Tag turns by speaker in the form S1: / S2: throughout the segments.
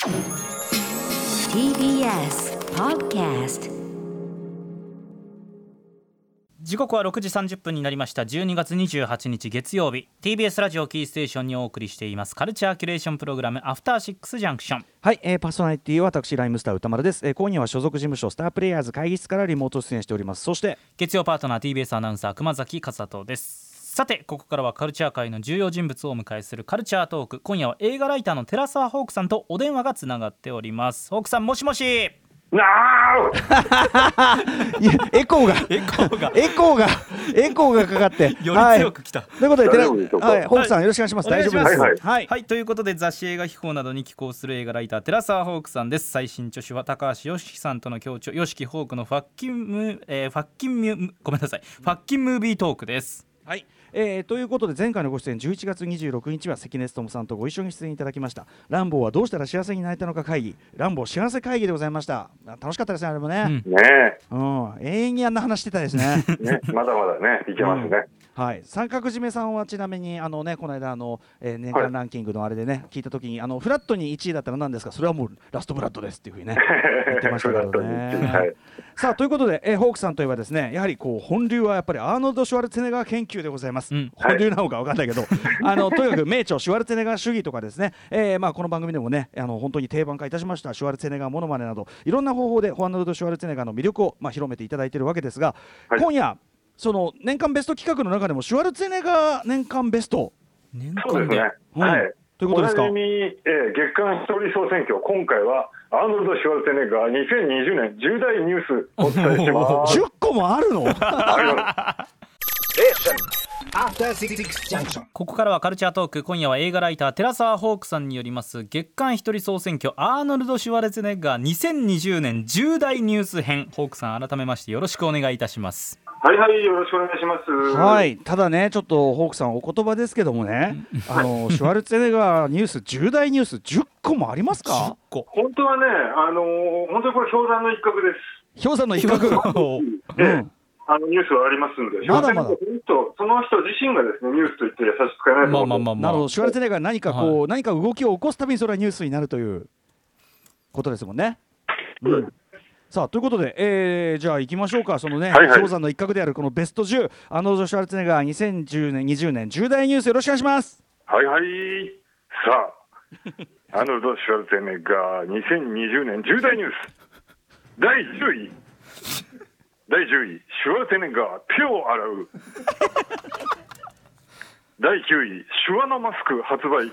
S1: TBS Podcast。
S2: 時刻は6時30分になりました。12月28日月曜日、 TBS ラジオキーステーションにお送りしていますカルチャーキュレーションプログラムアフターシックスジャンクション。
S3: はい、パーソナリティは私ライムスター歌丸です。今夜は所属事務所スタープレイヤーズ会議室からリモート出演しております。そして
S2: 月曜パートナー TBS アナウンサー熊崎和人です。さて、ここからはカルチャー界の重要人物をお迎えするカルチャートーク。今夜は映画ライターの寺澤ホークさんとお電話がつながっております。ホークさん、もしもし。
S3: いやエコーがかかって
S2: より強くきた、
S3: はい、ということで
S4: 大丈夫でしょうか。
S3: ホークさんよろしくお願いします。大丈夫です。
S2: はい、ということで雑誌映画秘宝などに寄稿する映画ライター寺澤ホークさんです。最新著書は高橋良樹さんとの共著、良樹ホークのファッキンムービートークです。
S3: はい、ということで前回のご出演11月26日は関根勤さんとご一緒に出演いただきましたランボーはどうしたら幸せになれたのか会議、ランボー幸せ会議でございました。楽しかったですね、あれもね、永遠にあんな話してたですね
S4: まだまだねいけますね、
S3: はい、三角締めさんはちなみにこの間年間ランキングのあれでね、聞いたときにフラットに1位だったら何ですか、それはもうラストブラッドですっていうふうにね言ってましたけどねさあということで、ホークさんといえばですね、やはり本流はやっぱりアーノルド・シュワルツェネッガー研究でございます、本流なのか分かんないけど、とにかく名著シュワルツェネッガー主義とかですね、この番組でもね本当に定番化いたしましたシュワルツェネッガーモノマネなどいろんな方法でアーノルド・シュワルツェネッガーの魅力を広めていただいているわけですが、今夜その年間ベスト企画の中でもシュワルツェネッガー年間ベスト
S4: そうですね、はい、
S3: ということですか。
S4: おなじみ、月間一人総選挙、今回はアーノルド・シュワルツェネッガー2020年重大ニュースお伝えします
S3: 10個もあるの
S2: ここからはカルチャートーク。今夜は映画ライター寺澤ホークさんによります月間一人総選挙アーノルド・シュワルツェネッガー2020年重大ニュース編。ホークさん、改めましてよろしくお願いいたします。
S4: はいはい、よろしくお願いします。
S3: はい、ただねちょっとホークさんお言葉ですけどもねシュワルツェネッガーニュース重大ニュース10個もありますか。
S2: 10個
S4: 本当はね、本当にこれ氷山の一角です。
S3: 氷山の一角
S4: ニュースはありますので、
S3: まだまだ
S4: その人自身がですねニュースと言って優しく使えないと思います。
S3: なるほど、シュワルツェネッガー何か何か動きを起こすたびにそれはニュースになるということですもんね。さあということで、じゃあ行きましょうか。そのね、氷山の一角であるこのベスト10アーノルド・シュワルツェネッガー2020年重大ニュースよろしくお願いします。
S4: はいはい、さあアーノルド・シュワルツェネッガー2020年重大ニュース第10位シュワルツェネッガー手を洗う第9位シュワのマスク発売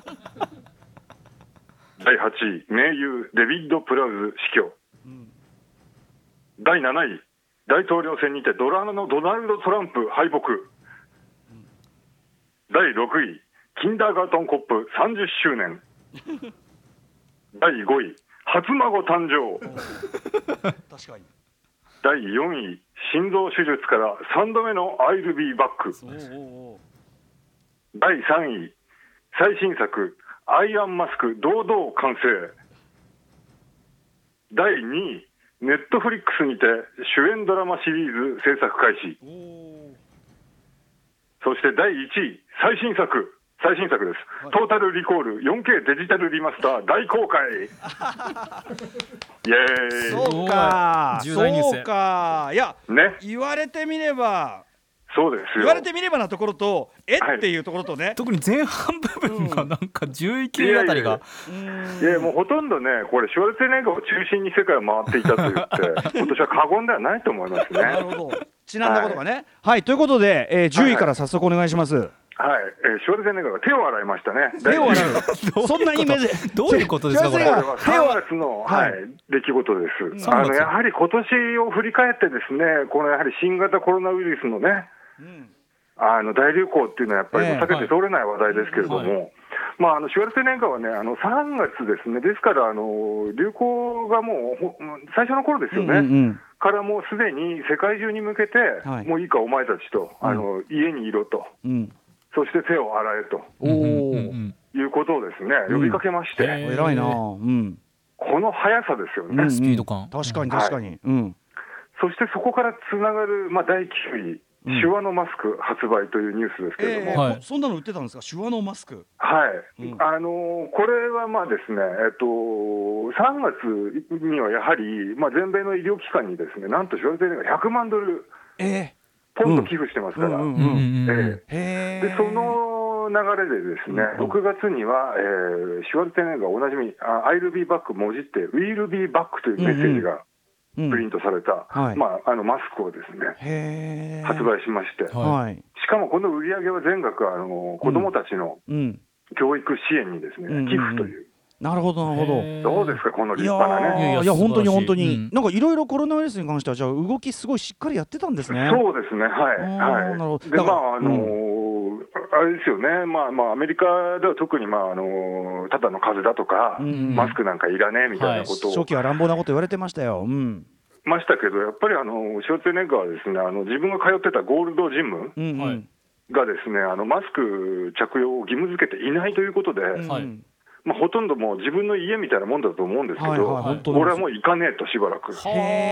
S4: 第8位名優デビッド・プラウズ死去、第7位大統領選にてドナルド・トランプ敗北、第6位キンダーガートンコップ30周年第5位初孫誕生
S3: 確かに。
S4: 第4位心臓手術から3度目の I'll be back。 第3位最新作アイアンマスク堂々完成。第2位ネットフリックスにて主演ドラマシリーズ制作開始。そして第1位最新作です、トータルリコール 4K デジタルリマスター大公開イエーイ。
S3: そうか
S2: 重大ニュース。
S3: そうか、いや、
S4: ね、
S3: 言われてみれば
S4: そうですよ。
S3: 言われてみればなところとっていうところとね、
S2: 特に前半部分がなんか11位あたりが、
S4: いやもうほとんどねこれシュワルツェネッガーを中心に世界を回っていたと言って今年は過言ではないと思いますね。
S3: なるほど、ちなんだことがね。はい、ということで、10位から早速お願いします。
S4: はい、シュワルツェネッガーが手を洗いましたね。
S3: 手を洗うそんなイメージ
S2: どういうことですかこれ。
S4: これは3月の、出来事です。やはり今年を振り返ってですね、このやはり新型コロナウイルスのね、大流行っていうのはやっぱり避けて通れない話題ですけれども、シュワルツェネッガーはね3月ですね、ですから流行がもう最初の頃ですよね、からもうすでに世界中に向けて、もういいかお前たちと家にいろと、そして手を洗えということをですね呼びかけまして、
S3: 偉いな、こ
S4: の速さですよね、
S2: スピード感。
S3: 確かに確かに、
S4: そしてそこからつながる、第9位手話のマスク発売というニュースですけれども、
S3: そんなの売ってたんですか、手話のマスク。
S4: はい、これはまあですね、3月にはやはり、全米の医療機関にですね、なんとシュワルツェネッガー100万ドル、ポンと寄付してますから、でその流れでですね、6月には、シュワルツェネッガーおなじみI'll be back もじって Will be back というメッセージがプリントされた、マスクをですね発売しまして、しかもこの売り上げは全額子どもたちの教育支援にですね、寄付という。
S3: なるほどなるほど。
S4: どうですかこの立派なね。
S3: いや本当に本当に、なんかいろいろコロナウイルスに関してはじゃあ動きすごいしっかりやってたんですね。
S4: そうですね、はいはい。であれですよね、アメリカでは特にただの風邪だとか、マスクなんかいらねえみたいなことを、
S3: 初期は乱暴なこと言われてましたよ。
S4: ましたけど、やっぱりシュワルツェネッガーはですね、自分が通ってたゴールドジムがですね、マスク着用を義務付けていないということで、ほとんどもう自分の家みたいなもんだと思うんですけど、俺はもう行かねえとしばらく。そ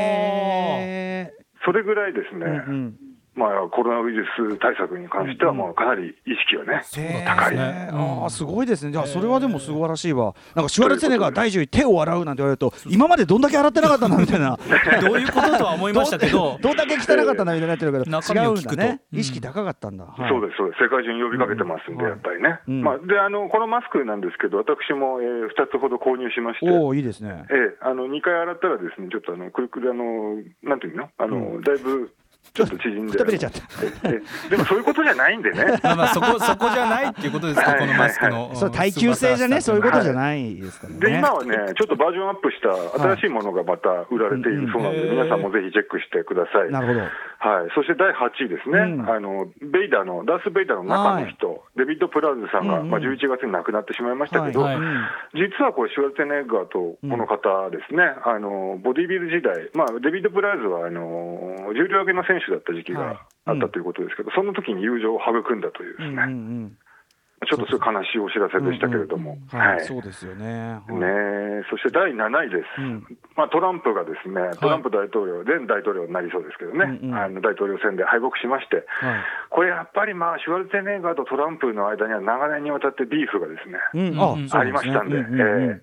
S4: れぐらいですね。コロナウイルス対策に関してはもうかなり意識がね、高い。
S3: すごいですね。じゃあそれはでも素晴らしいわ。なんかシュワルツェネッガー第10位手を洗うなんて言われると、今までどんだけ洗ってなかったんだみたいな
S2: どういうこととは思いましたけど
S3: どんだけ汚かったんだみたいになってるけど、違うんだね。意識高かったんだ。
S4: そうですそうです。世界中に呼びかけてますんで、やっぱりね。でこのマスクなんですけど、私も2つほど購入しまして、
S3: いいですね。
S4: 2回洗ったらですね、ちょっとくるくるなんていうの、だいぶちょっと縮んで、
S3: くたびれちゃった。
S4: でもそういうことじゃないんでね。
S2: そこじゃないっていうことですか、このマスクの。
S3: 耐久性じゃね、そういうことじゃないですからね。
S4: で今はね、ちょっとバージョンアップした新しいものがまた売られているそうなので、皆さんもぜひチェックしてください。
S3: なるほど。
S4: はい。そして第8位ですね。ダース・ベイダーの中の人、デビッド・プラウズさんが11月に亡くなってしまいましたけど、実はこれシュワルツェネッガーとこの方ですね、ボディビル時代、デビッド・プラウズは重量挙げの選手だった時期があったということですけど、その時に友情を育んだというですね、ちょっとそういう悲しいお知らせでしたけれども、
S3: そうですよね。
S4: そして第7位です。トランプがですね、トランプ大統領、前大統領になりそうですけどね、大統領選で敗北しまして、これやっぱりシュワルツェネッガーとトランプの間には長年にわたってビーフがですね、ありましたんで、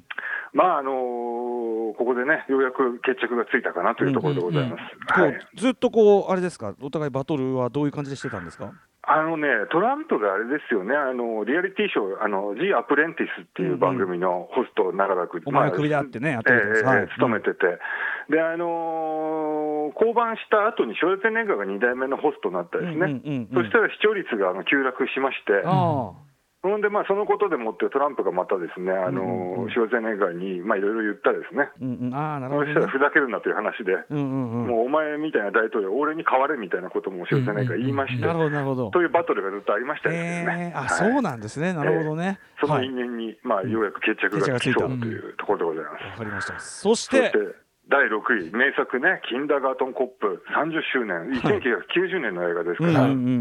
S4: ここでね、ようやく決着がついたかなというところでございます。
S3: ずっとあれですか、お互いバトルはどういう感じでしてたんですか？
S4: トランプがあれですよね、リアリティショー、ジ・アプレンティスっていう番組のホストを長らく、
S3: お前首だってね、
S4: 務めてて、で、降板した後にシュワルツェネッガーが2代目のホストになったですね、そしたら視聴率が急落しまして、ほんでそのことでもってトランプがまたですね、シュワルツェネッガーにいろいろ言ったですね。そしたらふざけるなという話で、もうお前みたいな大統領俺に代われみたいなこともシュワルツェネッガー言いまして、というバトルがずっとありましたよね。
S3: そうなんですね。なるほどね。
S4: その因縁にようやく決着がつきそうというところでございます。
S3: わかりました。そして
S4: 第6位、名作ね、キンダーガートンコップ30周年、1990年の映画ですから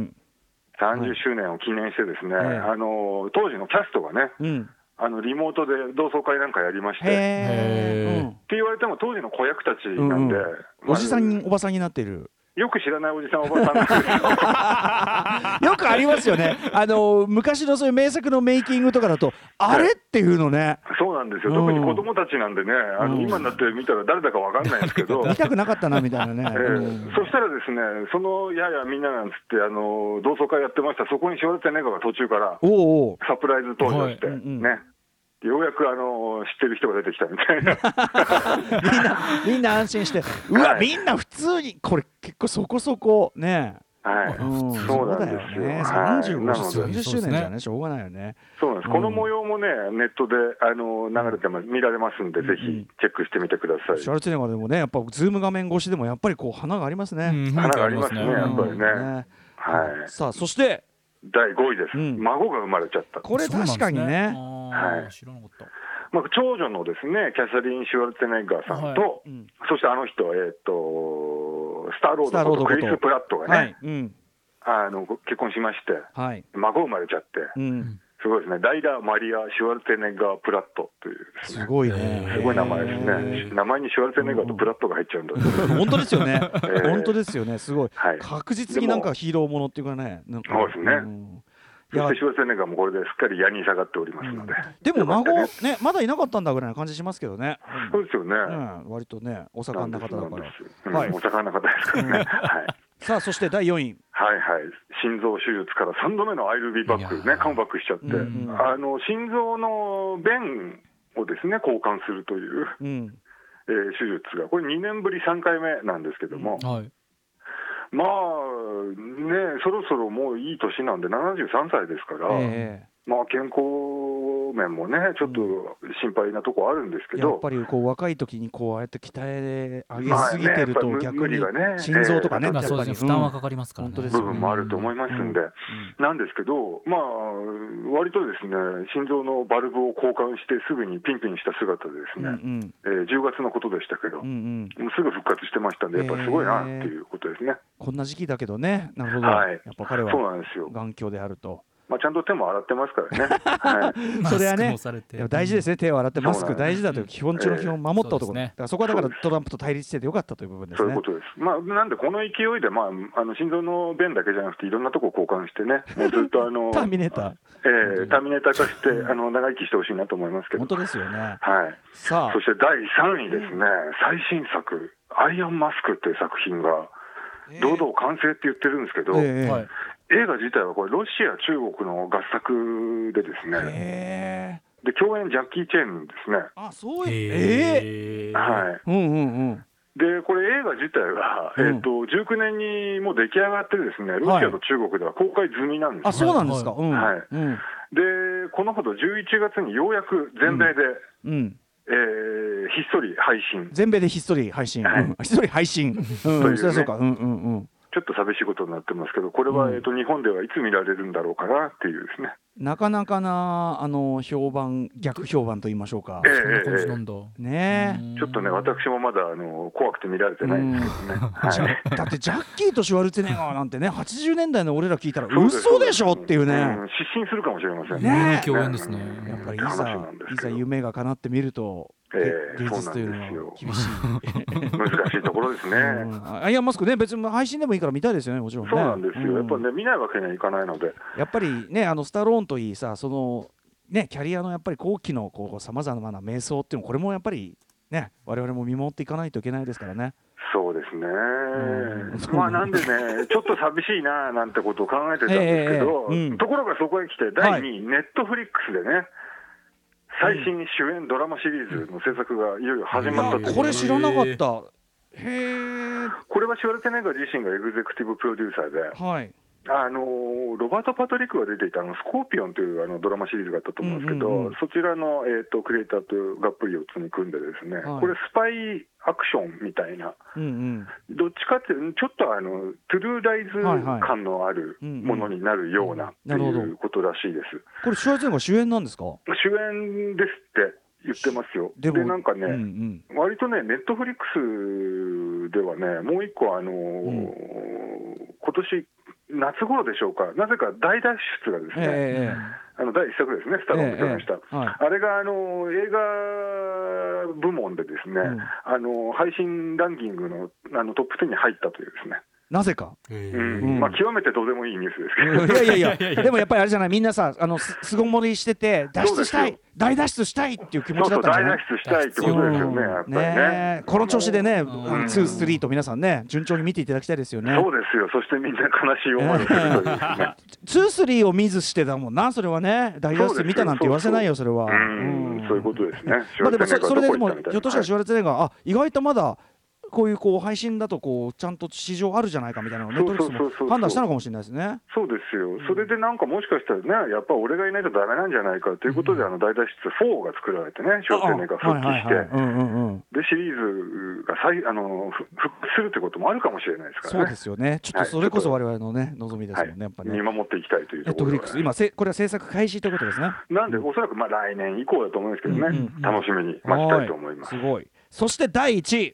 S4: 、30周年を記念してですね、当時のキャストがね、リモートで同窓会なんかやりまして、って言われても当時の子役たちなんで、
S3: おじさんおばさんになっている。
S4: よく知らないおじさんおばさんなんです
S3: よくありますよね。昔のそういう名作のメイキングとかだとあれっていうのね。
S4: そうなんですよ。特に子供たちなんでね、今になって見たら誰だかわかんないんですけど、
S3: 見たくなかったなみたいなね。
S4: そしたらですね、みんななんつって同窓会やってました。そこにシュワルツェネッガーが途中からサプライズ登場してね。ようやく知ってる人が出てきたみたいな
S3: みんな安心して、みんな普通にこれ結構そこそこね。
S4: そうなんですよ。
S3: 30周年じゃね、しょうがないよね。
S4: そうなんです。この模様もね、ネットで流れて見られますんで、ぜひチェックしてみてください。
S3: シュワルツェネッガーでもね、やっぱズーム画面越しでもやっぱり花がありますね。
S4: 花がありますね、やっぱりね。
S3: さあ、そして
S4: 第5位です。孫が生まれちゃった。
S3: これ確かにね。
S2: 知らなかった。
S4: 長女のですね、キャサリン・シュワルツェネッガーさんと、そしてスターロードことクリス・プラットがね、結婚しまして、孫生まれちゃって、 すごいですね。ダイダ・マリア・シュワルツェネッガー・プラットというですね、
S3: すごいね。
S4: すごい名前ですね。名前にシュワルツェネッガーとプラットが入っちゃうんだ。
S3: 本当ですよね。本当ですよね。すごい。
S4: はい、
S3: 確実になんかヒーローものっていうかね。なんか
S4: そうですね。そしてシュワルツェネッガーもこれですっかり矢に下がっておりますので。
S3: でも孫ね、まだいなかったんだぐらいな感じしますけどね。
S4: そうですよね。
S3: 割とね、お盛んな方だから。
S4: お盛んな方ですからね。はい。
S3: さあ、そして第4位。
S4: はいはい、心臓手術から3度目のアイルビーバックね、カムバックしちゃって、心臓の弁をですね交換するという、手術がこれ2年ぶり3回目なんですけども、まあね、そろそろもういい年なんで73歳ですから、まあ健康面もねちょっと心配なとこあるんですけど、
S3: やっぱりこう若い時にこうああやって鍛え上げすぎてると逆に心臓とかね、やっぱり
S2: 負担はかかりますからね、
S3: 部
S4: 分もあると思いますんで、なんですけど、まあ割とですね心臓のバルブを交換してすぐにピンピンした姿でですね、10月のことでしたけど、もうすぐ復活してましたんで、やっぱすごいなっていうことですね。
S3: こんな時期だけどね、なるほど、やっぱ彼は眼鏡であると。
S4: まあ、ちゃんと手も洗ってますからね。
S3: それはね、大事ですね。手を洗ってマスク大事だという基本中の基本を守った男ね。そこはだからトランプと対立しててよかったという部分ですね。
S4: そういうことです。まあなんでこの勢いで心臓の弁だけじゃなくていろんなとこ交換してね、もうずっと
S3: ターミネータ
S4: ー、ターミネーター化して長生きしてほしいなと思いますけど。
S3: 本当ですよね。
S4: はい。さあ、そして第3位ですね。最新作アイアンマスクっていう作品が堂々完成って言ってるんですけど。映画自体はこれロシア中国の合作でですね、で共演ジャッキー・チェンですね。
S3: あ、そういう
S4: はい。でこれ映画自体は、19年にもう出来上がってですね、ロシアと中国では公開済みなんです、ね。
S3: あ、そうなんですか。
S4: はい。でこのほど11月にようやく全米で、ひっそり配信。
S3: 全米でひっそり配信。ひっそり配信。そりゃそうか。
S4: ちょっと寂しいことになってますけど、これは日本ではいつ見られるんだろうかなっていうですね。
S3: なかなかな評判、逆評判と言いましょうか。
S2: ね、
S3: ち
S4: ょっとね私もまだ怖くて見られてないんですけどね。
S3: だってジャッキーとシュワルツェネッガーなんてね、80年代の俺ら聞いたら嘘でしょっていうね。
S4: 失神するかもしれません
S2: ね。共演ですね。
S3: やっぱりいざ夢が叶ってみると。芸術というのは厳しい
S4: 難しいところですね。
S3: アイアンマスクね、別に配信でもいいから見たいですよね、もちろんね。
S4: そうなんですよ。やっぱね見ないわけにはいかないので。
S3: やっぱりねスタローンといいさ、そのねキャリアのやっぱり後期のさまざまな迷走っていうの、これもやっぱりね我々も見守っていかないといけないですからね。
S4: そうですね。まあなんでねちょっと寂しいななんてことを考えてたんですけど、ところがそこへ来て第2位、ネットフリックスでね。最新主演ドラマシリーズの制作がいよいよ始まったという。
S3: これ知らなかった。こ
S4: れはシュワルツェネッガー自身がエグゼクティブプロデューサーで、ロバート・パトリックが出ていたスコーピオンというドラマシリーズがあったと思うんですけど、そちらの、クリエイターとがっぷり四つに組んでですね、これスパイアクションみたいな、どっちかっていうとちょっとトゥルーライズ感のあるものになるようなっていうことらしいです。
S3: これシュワルツェネッガー主演なんですか？
S4: 主演ですって言ってますよ。でなんかね、割とねネットフリックスではねもう一個今年夏頃でしょうか、なぜか大脱出がですね、第一作ですね、スタローンが共演した、あれが映画部門でですね、配信ランキングのトップ10に入ったというですね。
S3: なぜか、
S4: まあ極めてどうでもいいニュースですけど、
S3: いやでもやっぱりあれじゃない、みんなさ巣ごもりしてて脱出したい、大脱出したいっていう気持ちだったんじゃない？
S4: 大脱出したいってことですよね、やっぱりね。
S3: この調子でね、2、3と皆さんね順調に見ていただきたいですよね。
S4: そうですよ。そしてみんな悲しい思いをするというですね。
S3: 2、3を見ずしてだもんな、それはね。大脱出見たなんて言わせないよ、それは。
S4: そういうことですね。
S3: まあでもそれでもひょっとしたらシュワルツェネッガー意外とまだこういう配信だとちゃんと市場あるじゃないかみたいなのをネットフリックスも判断したのかもしれないですね。
S4: そうですよ。それでなんかもしかしたらね、やっぱ俺がいないとダメなんじゃないかということで、大脱出4が作られてね、シュワルツェネッガー復帰して、でシリーズが復活するということもあるかもしれないですからね。
S3: そうですよね。ちょっとそれこそ我々のね望みですよね、やっぱりね。
S4: 見守っていきたいというところで。
S3: ネットフリックス今これは制作開始ということですね。
S4: なんでおそらく来年以降だと思うんですけどね、楽しみに待ちたいと思います。
S3: すごい。そして第1位。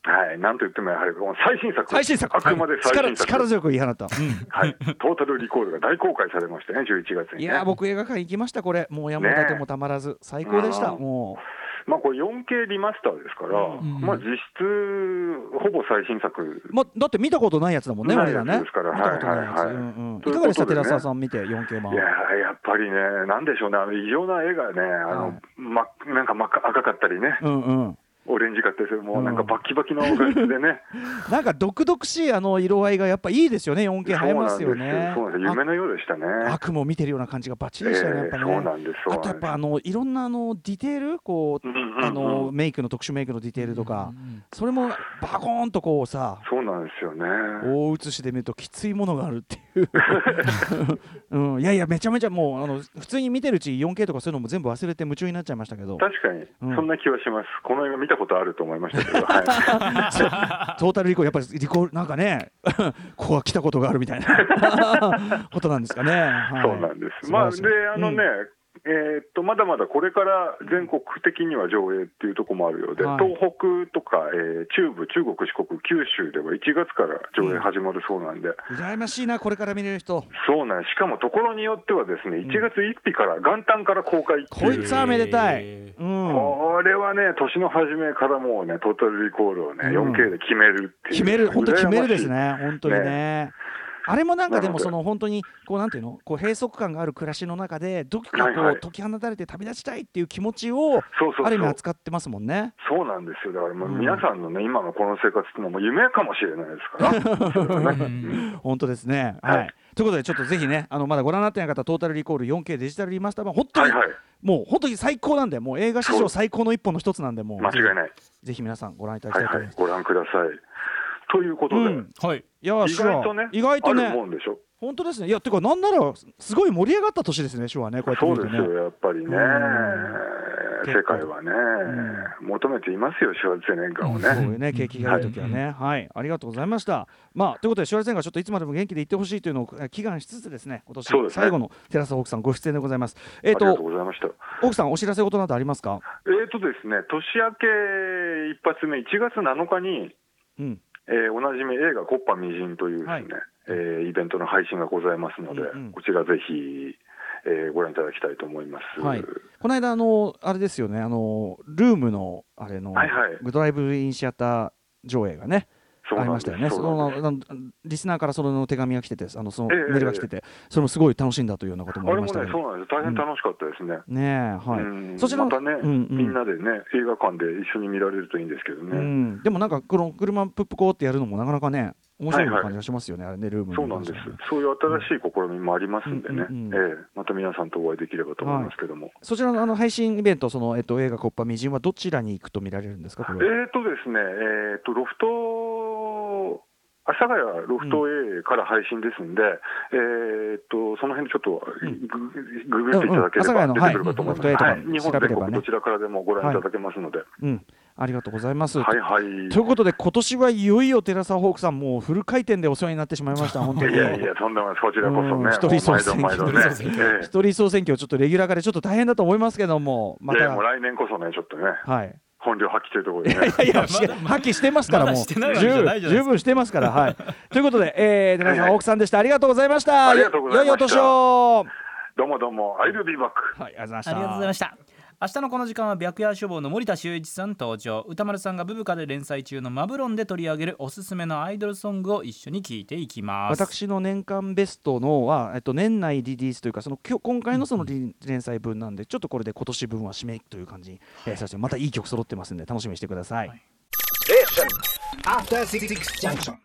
S4: はい、なんといってもやはりこの最新作、あくまで最新作、
S3: 力強く言い放った、
S4: はい、トータルリコールが大公開されましたね、11月に、ね、
S3: いや僕映画館行きました、これもう山立てもたまらず、最高でした、もう。
S4: これ 4K リマスターですから、実質ほぼ最新作、
S3: だって見たことないやつだもんね、俺らね。
S4: ですから、
S3: 見たことないやつ。いかがでした、寺澤さん見て 4K 版。
S4: いややっぱりね、なんでしょうね、異様な絵がね、なんか赤かったりね。オレンジかってもうなんかバキバキの画質でね、
S3: なんか独々しい色合いがやっぱいいですよね、 4K 映えますよね。
S4: そうなんです、夢のようでしたね。
S3: 悪夢を見てるような感じがバッチリでしたね、やっぱね。
S4: そうなんです。
S3: あとやっぱいろんなディテールこうメイクの特殊メイクのディテールとか、それもバコーンとこうさ、
S4: そうなんですよね、
S3: 大写しで見るときついものがあるっていういやいやめちゃめちゃもう普通に見てるうち 4K とかそういうのも全部忘れて夢中になっちゃいましたけど。
S4: 確かに、そんな気はします。この映画見たことあると思いましたけど、
S3: トータルリコール、やっぱりリコールなんかねここは来たことがあるみたいなことなんですかね。
S4: そうなんです。でまだまだこれから全国的には上映っていうところもあるようで、東北とか、中部、中国、四国、九州では1月から上映始まるそうなんで、
S3: 羨ましいな、これから見れる人。
S4: そうなんです。しかもところによってはですね、1月1日から元旦から公開っていう、
S3: こいつはめでたい、
S4: これはね、年の初めからもうね、トータルリコールをね、4K で決めるっていう、
S3: 本当に決めるですね、本当にね。あれもなんかでも本当にこうなんていうの、こう閉塞感がある暮らしの中でどこかこう解き放たれて旅立ちたいっていう気持ちをある意味扱ってますもんね。
S4: そうなんですよ。だからもう皆さんのね、今のこの生活っていうのはもう夢かもしれないですから
S3: 本当ですね。はい。ということでちょっとぜひね、まだご覧になってない方、トータルリコール 4K デジタルリマスター版本当にもう本当に最高なんで、もう映画史上最高の一本の一つなんで、もう
S4: 間違いない。
S3: ぜひ皆さんご覧いただきたいと思います。
S4: ご覧ください。ということで、
S3: いや意外とね、
S4: あるもんでしょ。
S3: 本当ですね。いや、てかなんならすごい盛り上がった年ですね、手話ね。こうやって見るとね。
S4: そうですよ、やっぱりね。世界はね、求めていますよ、シュワルツェネッガーをね。
S3: そういうね、景気がいい時はね。はい、ありがとうございました。ということで、シュワルツェネッガーちょっといつまでも元気でいってほしいというのを祈願しつつですね、今年最後の寺澤ホークさんご出演でございます。
S4: ありがとうございました。
S3: ホークさん、お知らせ事などありますか？
S4: ですね、年明け一発目、1月7日に、おなじみ映画コッパみじんというですね、イベントの配信がございますので、こちらぜひ、ご覧いただきたいと思います。
S3: この間あれですよね、ルームのあれのドライブインシアター上映がねありましたよね。リスナーからその手紙が来てて、そのメールが来てて、それもすごい楽しんだというようなこともありましたね。
S4: そうなんです。大変楽しかったですね。
S3: そちら
S4: またね、みんなでね、映画館で一緒に見られるといいんですけどね。
S3: でもなんかこの車プップコーってやるのもなかなかね、面白い感じがしますよね、あれね、ルームに。
S4: そうなんです。そういう新しい試みもありますんでね、また皆さんとお会いできればと思いますけども。
S3: そちらの配信イベント、映画コッパみじんはどちらに行くと見られるんですか？
S4: ですね、ロフト阿佐ヶ谷ロフト A から配信ですんで、その辺ちょっとググっていただければ出てくるかと思います。日本全国どちらからでもご覧いただけますので。
S3: ありがとうございます。ということで、今年はいよいよ寺澤ホークさん、もうフル回転でお世話になってしまいました。本当に。
S4: いやいや、とんでもないです。こちらこそね。
S3: 一人総選挙ちょっとレギュラー化でちょっと大変だと思いますけども、
S4: また。もう来年こそね、ちょっとね。本領発揮というところでね。
S3: いや発揮してますから、もう十分してますから。ということで、寺澤ホークさんでした。ありがとうございました。
S4: ありがとうございました。
S3: 良いお年を。
S4: どうもどうも。I will be back。
S2: ありがとうございました。明日のこの時間は白夜書房の森田修一さん登場。歌丸さんがブブカで連載中のマブロンで取り上げるおすすめのアイドルソングを一緒に聴いていきます。
S3: 私の年間ベストのは、年内リリースというか、今回の連載分なんで、ちょっとこれで今年分は締めという感じにさせて、またいい曲揃ってますんで楽しみにしてください。